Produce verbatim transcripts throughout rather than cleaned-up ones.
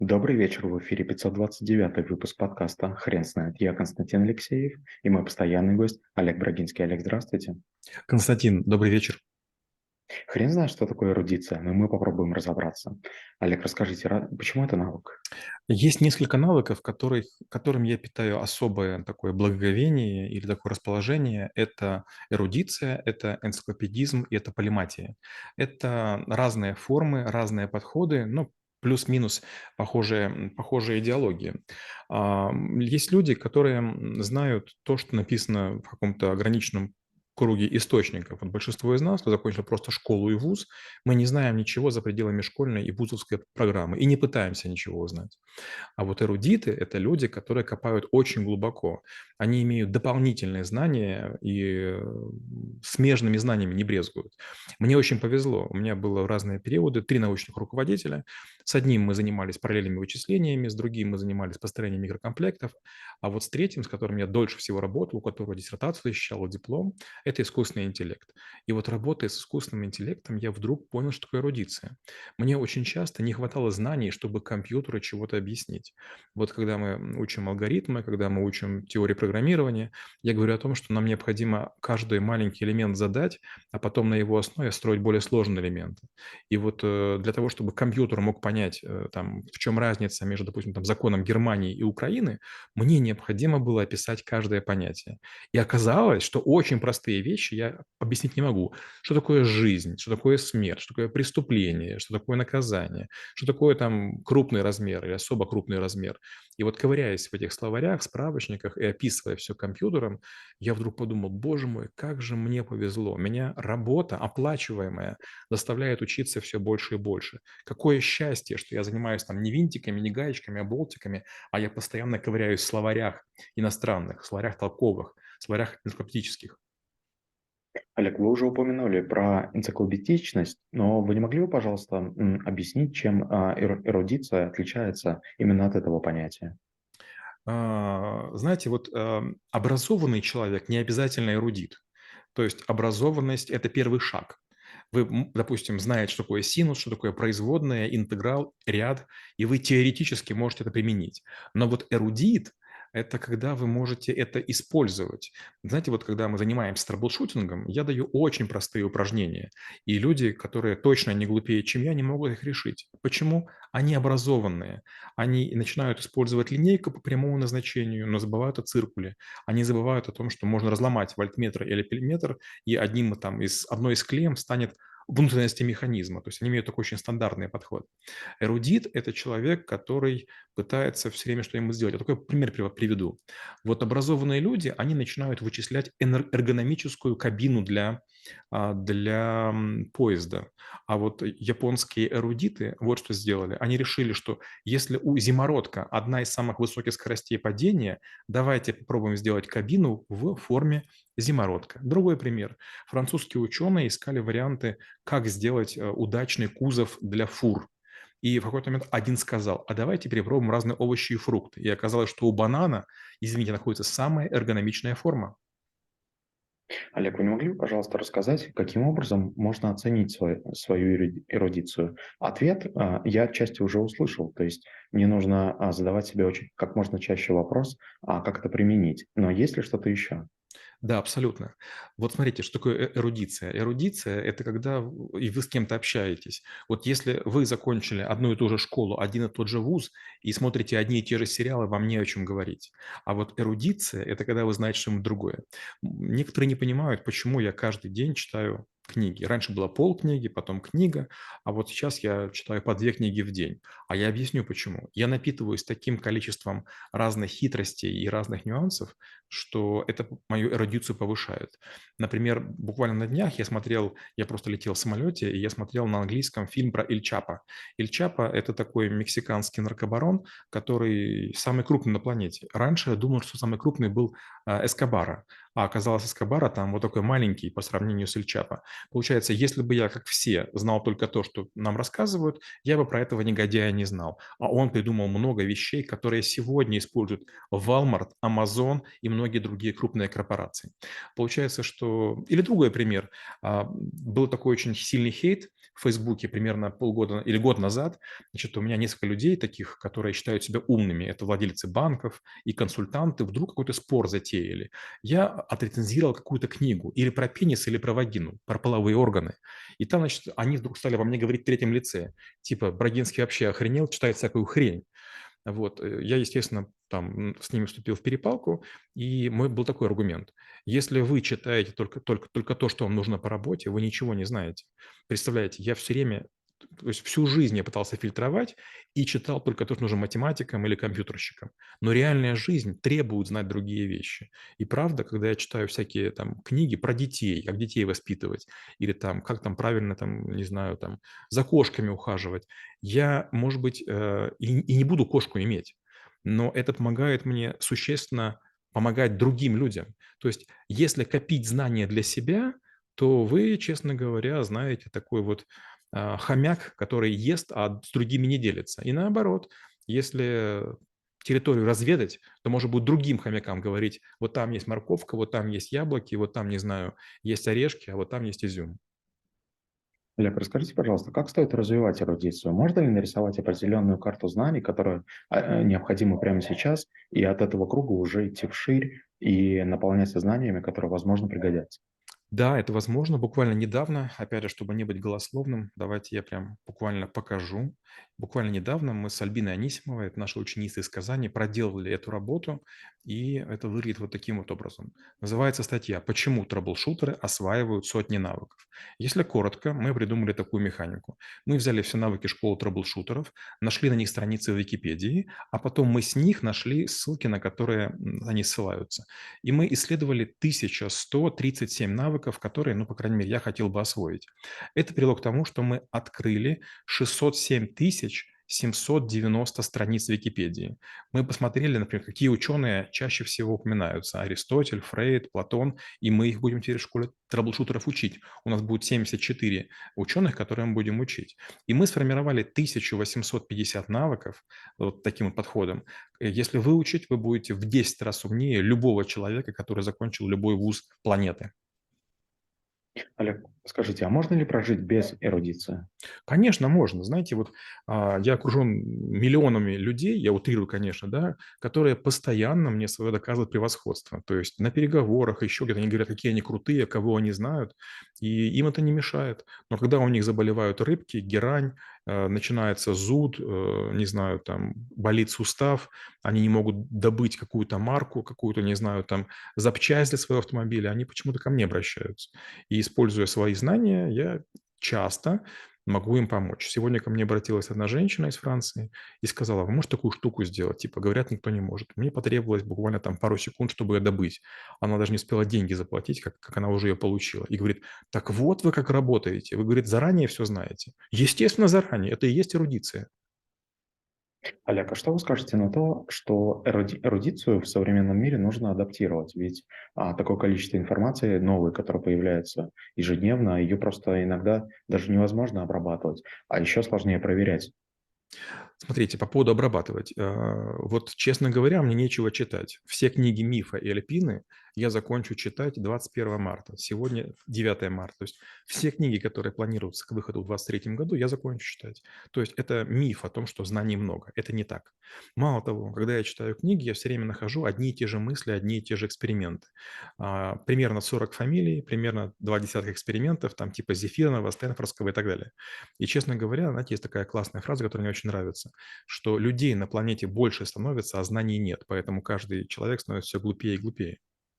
Добрый вечер, в эфире пятьсот двадцать девятый выпуск подкаста «Хрен знает». Я Константин Алексеев и мой постоянный гость Олег Брагинский. Олег, здравствуйте. Константин, добрый вечер. Хрен знает, что такое эрудиция, но мы попробуем разобраться. Олег, расскажите, ра- почему это навык? Есть несколько навыков, которых, которым я питаю особое такое благоговение или такое расположение. Это эрудиция, это энциклопедизм и это полиматия. Это разные формы, разные подходы, ну, плюс-минус похожие, м, похожие идеологии. А, м, Есть люди, которые м, знают то, что написано в каком-то ограниченном круге источников. Вот большинство из нас, кто закончил просто школу и вуз, мы не знаем ничего за пределами школьной и вузовской программы и не пытаемся ничего узнать. А вот эрудиты– это люди, которые копают очень глубоко. Они имеют дополнительные знания и э, смежными знаниями не брезгуют. Мне очень повезло. У меня было в разные периоды три научных руководителя. С одним мы занимались параллельными вычислениями, с другим мы занимались построением микрокомплектов, а вот с третьим, с которым я дольше всего работал, у которого диссертацию защищал, диплом, это искусственный интеллект. И вот работая с искусственным интеллектом, я вдруг понял, что такое эрудиция. Мне очень часто не хватало знаний, чтобы компьютеру чего-то объяснить. Вот когда мы учим алгоритмы, когда мы учим теории программирования, я говорю о том, что нам необходимо каждый маленький элемент задать, а потом на его основе строить более сложные элементы. И вот э, для того, чтобы компьютер мог понять, э, там, в чем разница между, допустим, там, законом Германии и Украины, мне необходимо было описать каждое понятие. И оказалось, что очень простые вещи я объяснить не могу. Что такое жизнь, что такое смерть, что такое преступление, что такое наказание, что такое там крупный размер или особо крупный размер. И вот ковыряясь в этих словарях, справочниках и описывая все компьютером, я вдруг подумал, боже мой, как же мне повезло. Меня работа, оплачиваемая, заставляет учиться все больше и больше. Какое счастье, что я занимаюсь там не винтиками, не гаечками, а болтиками, а я постоянно ковыряюсь в словарях иностранных, в словарях толковых, в словарях энциклопедических. Олег, вы уже упомянули про энциклопедичность, но вы не могли бы, пожалуйста, м, объяснить, чем а, эру- эрудиция отличается именно от этого понятия? А, знаете, вот, ам, образованный человек не обязательно эрудит. То есть образованность– это первый шаг. Вы, м, допустим, знаете, что такое синус, что такое производная, интеграл, ряд, и вы теоретически можете это применить. Но вот эрудит– это когда вы можете это использовать. Знаете, вот когда мы занимаемся трэблшутингом, я даю очень простые упражнения, и люди, которые точно не глупее, чем я, не могут их решить. Почему? Они образованные. Они начинают использовать линейку по прямому назначению, но забывают о циркуле. Они забывают о том, что можно разломать вольтметр или пельметр, и одним там из, одной из клеем станет внутренности механизма. То есть они имеют такой очень стандартный подход. Эрудит– это человек, который пытается все время что-нибудь сделать. Я такой пример прив- приведу. Вот образованные люди, они начинают вычислять энер- эргономическую кабину для, а, для м, поезда. А вот японские эрудиты вот что сделали. Они решили, что если у зимородка одна из самых высоких скоростей падения, давайте попробуем сделать кабину в форме зимородка. Другой пример. Французские ученые искали варианты, как сделать э, удачный кузов для фур. И в какой-то момент один сказал, а давайте перепробуем разные овощи и фрукты. И оказалось, что у банана, извините, находится самая эргономичная форма. Олег, вы не могли бы, пожалуйста, рассказать, каким образом можно оценить свой- свою эруди- эрудицию? Ответ а, я отчасти уже услышал, то есть мне нужно а, задавать себе очень как можно чаще вопрос, а как это применить. Но есть ли что-то еще? Да, абсолютно. Вот смотрите, что такое э- эрудиция. Эрудиция– это когда в- и вы с кем-то общаетесь. Вот если вы закончили одну и ту же школу, один и тот же вуз, и смотрите одни и те же сериалы, вам не о чем говорить. А вот эрудиция– это когда вы знаете что-нибудь другое. М, Некоторые не понимают, почему я каждый день читаю книги. Раньше было полкниги, потом книга, а вот сейчас я читаю по две книги в день. А я объясню почему. Я напитываюсь таким количеством разных хитростей и разных нюансов, что это мою эрудицию повышает. Например, буквально на днях я смотрел, я просто летел в самолете, и я смотрел на английском фильм про Иль Чапо. Иль Чапо– это такой мексиканский наркобарон, который самый крупный на планете. Раньше я думал, что самый крупный был а, Эскобара, а оказалось Эскобара там вот такой маленький по сравнению с Иль Чапо. Получается, если бы я, как все, знал только то, что нам рассказывают, я бы про этого негодяя не знал. А он придумал много вещей, которые сегодня используют Walmart, Amazon и многие другие крупные корпорации. Получается, что... Или другой пример. А, Был такой очень сильный хейт в Фейсбуке примерно полгода или год назад, значит, у меня несколько людей таких, которые считают себя умными. Это владельцы банков и консультанты. Вдруг какой-то спор затеяли. Я отрецензировал какую-то книгу или про пенис, или про вагину, про половые органы. И там, значит, они вдруг стали во мне говорить в третьем лице. Типа, Брагинский вообще охренел, читает всякую хрень. Вот. э, Я, естественно, там м, с ними вступил в перепалку, и мой был такой аргумент. Если вы читаете только, только, только то, что вам нужно по работе, вы ничего не знаете. Представляете, я все время, то есть всю жизнь я пытался фильтровать и читал только то, что нужно математикам или компьютерщикам. Но реальная жизнь требует знать другие вещи. И правда, когда я читаю всякие там книги про детей, как детей воспитывать, или там, как там правильно, там, не знаю, там, за кошками ухаживать, я, может быть, э, и, и не буду кошку иметь, но это помогает мне существенно помогать другим людям. То есть, если копить знания для себя, то вы, честно говоря, знаете такой вот а, хомяк, который ест, а с другими не делится. И наоборот, если территорию разведать, то можно будет другим хомякам говорить, вот там есть морковка, вот там есть яблоки, вот там, не знаю, есть орешки, а вот там есть изюм. Олег, расскажите, пожалуйста, как стоит развивать эрудицию? Можно ли нарисовать определенную карту знаний, которая а, э, необходима прямо сейчас, и от этого круга уже идти вширь и наполняться знаниями, которые, возможно, пригодятся? Да, это возможно. Буквально недавно, опять же, чтобы не быть голословным, давайте я прям буквально покажу. Буквально недавно мы с Альбиной Анисимовой, это наша ученица из Казани, проделали эту работу, и это выглядит вот таким вот образом. Называется статья «Почему трэблшутеры осваивают сотни навыков?». Если коротко, мы придумали такую механику. Мы взяли все навыки школы трэблшутеров, нашли на них страницы в Википедии, а потом мы с них нашли ссылки, на которые м, они ссылаются. И мы исследовали тысяча сто тридцать семь навыков, которые, ну, по крайней мере, я хотел бы освоить. Это привело к тому, что мы открыли шестьсот семь тысяч семьсот девяносто страниц Википедии. Мы посмотрели, например, какие ученые чаще всего упоминаются. Аристотель, Фрейд, Платон. И мы их будем теперь в школе трэблшутеров учить. У нас будет семьдесят четыре ученых, которые мы будем учить. И мы сформировали тысячу восемьсот пятьдесят навыков вот таким вот подходом. Э, Если выучить, вы будете в десять раз умнее любого человека, который закончил любой вуз планеты. Олег, скажите, а можно ли прожить без эрудиции? Конечно, можно. Знаете, вот а, я окружен миллионами людей, я утрирую, конечно, да, которые постоянно мне свое доказывают превосходство. То есть на переговорах, еще где-то они говорят, какие они крутые, кого они знают, и им это не мешает. Но когда у них заболевают рыбки, герань, э, начинается зуд, э, не знаю, там болит сустав, они не могут добыть какую-то марку, какую-то, не знаю, там запчасть для своего автомобиля, они почему-то ко мне обращаются. И используя свои знания, я часто могу им помочь. Сегодня ко мне обратилась одна женщина из Франции и сказала: вы можете такую штуку сделать? Типа, говорят, никто не может. Мне потребовалось буквально там пару секунд, чтобы ее добыть. Она даже не успела деньги заплатить, как, как она уже ее получила. И говорит: так вот вы как работаете. Вы, говорит, заранее все знаете. Естественно, заранее. Это и есть эрудиция. Олег, а что вы скажете на то, что эруди- эрудицию в современном мире нужно адаптировать? Ведь а, такое количество информации новой, которая появляется ежедневно, ее просто иногда даже невозможно обрабатывать, а еще сложнее проверять. Смотрите, по поводу обрабатывать. Э, Вот, честно говоря, мне нечего читать. Все книги Мифа и Альпины я закончу читать двадцать первого марта. Сегодня девятое марта. То есть все книги, которые планируются к выходу в двадцать третьем году, я закончу читать. То есть это миф о том, что знаний много. Это не так. Мало того, когда я читаю книги, я все время нахожу одни и те же мысли, одни и те же эксперименты. А, Примерно сорок фамилий, примерно два десятка экспериментов, там типа Зефирова, Стэнфордского и так далее. И, честно говоря, знаете, есть такая классная фраза, которая мне очень нравится, что людей на планете больше становится, а знаний нет, поэтому каждый человек становится все глупее и глупее.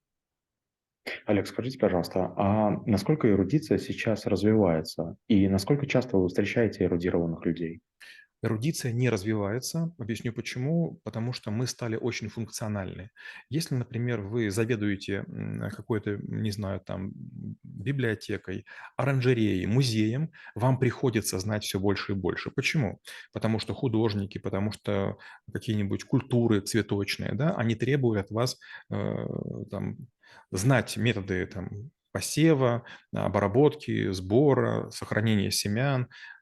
Олег, скажите, пожалуйста, а насколько эрудиция сейчас развивается и насколько часто вы встречаете эрудированных людей? Эрудиция не развивается. Объясню почему. Потому что мы стали очень функциональны. Если, например, вы заведуете м, какой-то, не знаю, там, библиотекой, оранжереей, музеем, вам приходится знать все больше и больше. Почему? Потому что художники, потому что какие-нибудь культуры цветочные, да, они требуют от вас э, там, знать методы там, посева, обработки, сбора, сохранения семян,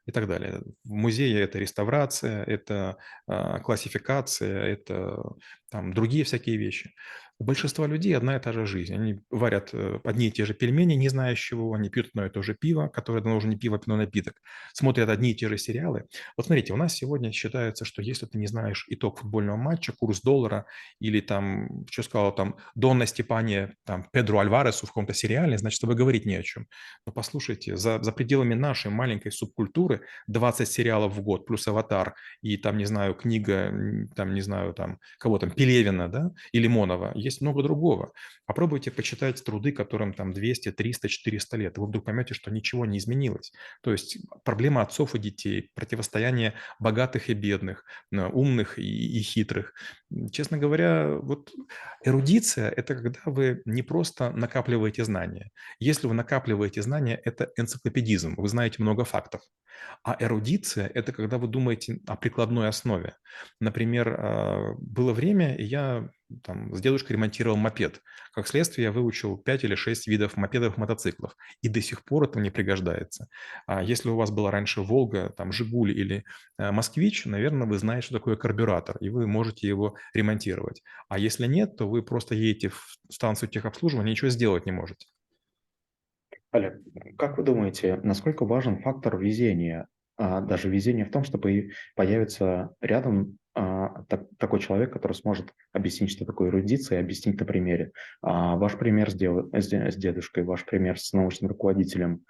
и так далее. В музее это реставрация, это а, классификация, это там другие всякие вещи. У большинства людей одна и та же жизнь. Они варят э, одни и те же пельмени, не зная с чего, они пьют одно и то же пиво, которое давно уже не пиво, а пивной напиток, смотрят одни и те же сериалы. Вот смотрите, у нас сегодня считается, что если ты не знаешь итог футбольного матча, курс доллара или там, что сказал, там, Донна Степания, там, Педро Альваресу в каком-то сериале, значит, с тобой говорить не о чем. Но послушайте, за, за пределами нашей маленькой субкультуры двадцать сериалов в год, плюс «Аватар» и там, не знаю, книга, м, там, не знаю, там, кого там, Пелевина, да, и Лимонова, есть много другого. Попробуйте почитать труды, которым там двести, триста, четыреста лет, и вы вдруг поймете, что ничего не изменилось. То есть проблема отцов и детей, противостояние богатых и бедных, э, умных и, и хитрых. М, Честно говоря, вот эрудиция– это когда вы не просто накапливаете знания. Если вы накапливаете знания, это энциклопедизм, вы знаете много фактов. А эрудиция– это когда вы думаете о прикладной основе. Например, а, было время, и я там, с дедушкой ремонтировал мопед. Как следствие, я выучил пять или шесть видов мопедов, мотоциклов. И до сих пор это мне пригождается. А если у вас была раньше «Волга», там, «Жигуль» или э, «Москвич», наверное, вы знаете, что такое карбюратор, и вы можете его ремонтировать. А если нет, то вы просто едете в станцию техобслуживания, ничего сделать не можете. Олег, как вы думаете, насколько важен фактор везения? А, даже везение в том, что появ- появится рядом а, так- такой человек, который сможет объяснить, что такое эрудиция, и объяснить на примере. А, ваш пример с, дев- с де- с дедушкой, ваш пример с научным руководителем.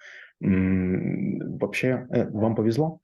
М, Вообще, э, вам повезло?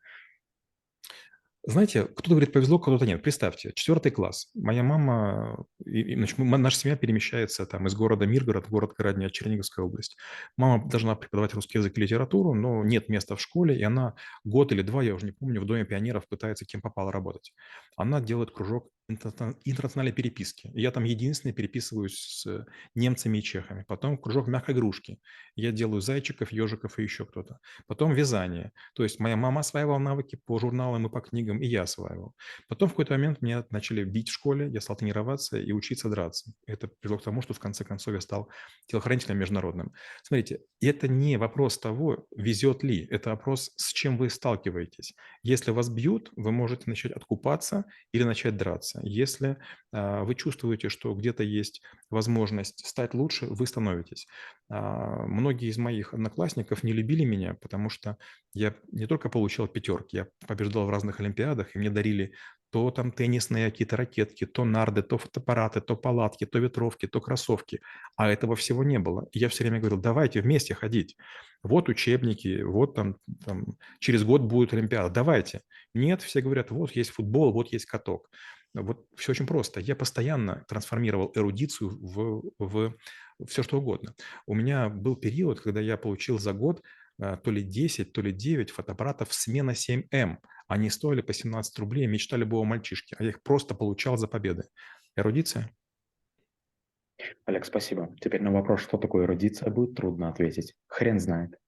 Знаете, кто-то говорит повезло, кто-то нет. Представьте, четвертый класс. Моя мама, и, и, значит, мы- наша семья перемещается там из города Миргород в город Городня, Черниговская область. Мама должна преподавать русский язык и литературу, но нет места в школе, и она год или два, я уже не помню, в Доме пионеров пытается кем попало работать. Она делает кружок интерна- интернациональной переписки. И я там единственный переписываюсь с немцами и чехами. Потом кружок мягкой игрушки. Я делаю зайчиков, ежиков и еще кто-то. Потом вязание. То есть моя мама осваивала навыки по журналам и по книгам, и я осваивал. Потом в какой-то момент меня начали бить в школе, я стал тренироваться и учиться драться. Это привело к тому, что в конце концов я стал телохранителем международным. Смотрите, это не вопрос того, везет ли, это вопрос, с чем вы сталкиваетесь. Если вас бьют, вы можете начать откупаться или начать драться. Если а, вы чувствуете, что где-то есть возможность стать лучше, вы становитесь. А, многие из моих одноклассников не любили меня, потому что я не только получал пятерки, я побеждал в разных олимпиадах, и мне дарили то там теннисные какие-то ракетки, то нарды, то фотоаппараты, то палатки, то ветровки, то кроссовки. А этого всего не было. И я все время говорил, давайте вместе ходить. Вот учебники, вот там, там через год будет олимпиада, давайте. Нет, все говорят, вот есть футбол, вот есть каток. Вот все очень просто. Я постоянно трансформировал эрудицию в, в все что угодно. У меня был период, когда я получил за год а, то ли десять, то ли девять фотоаппаратов смена семь эм. Они стоили по семнадцать рублей, мечта любого мальчишки, а я их просто получал за победы. Эрудиция? Олег, спасибо. Теперь на вопрос, что такое эрудиция, будет трудно ответить. Хрен знает.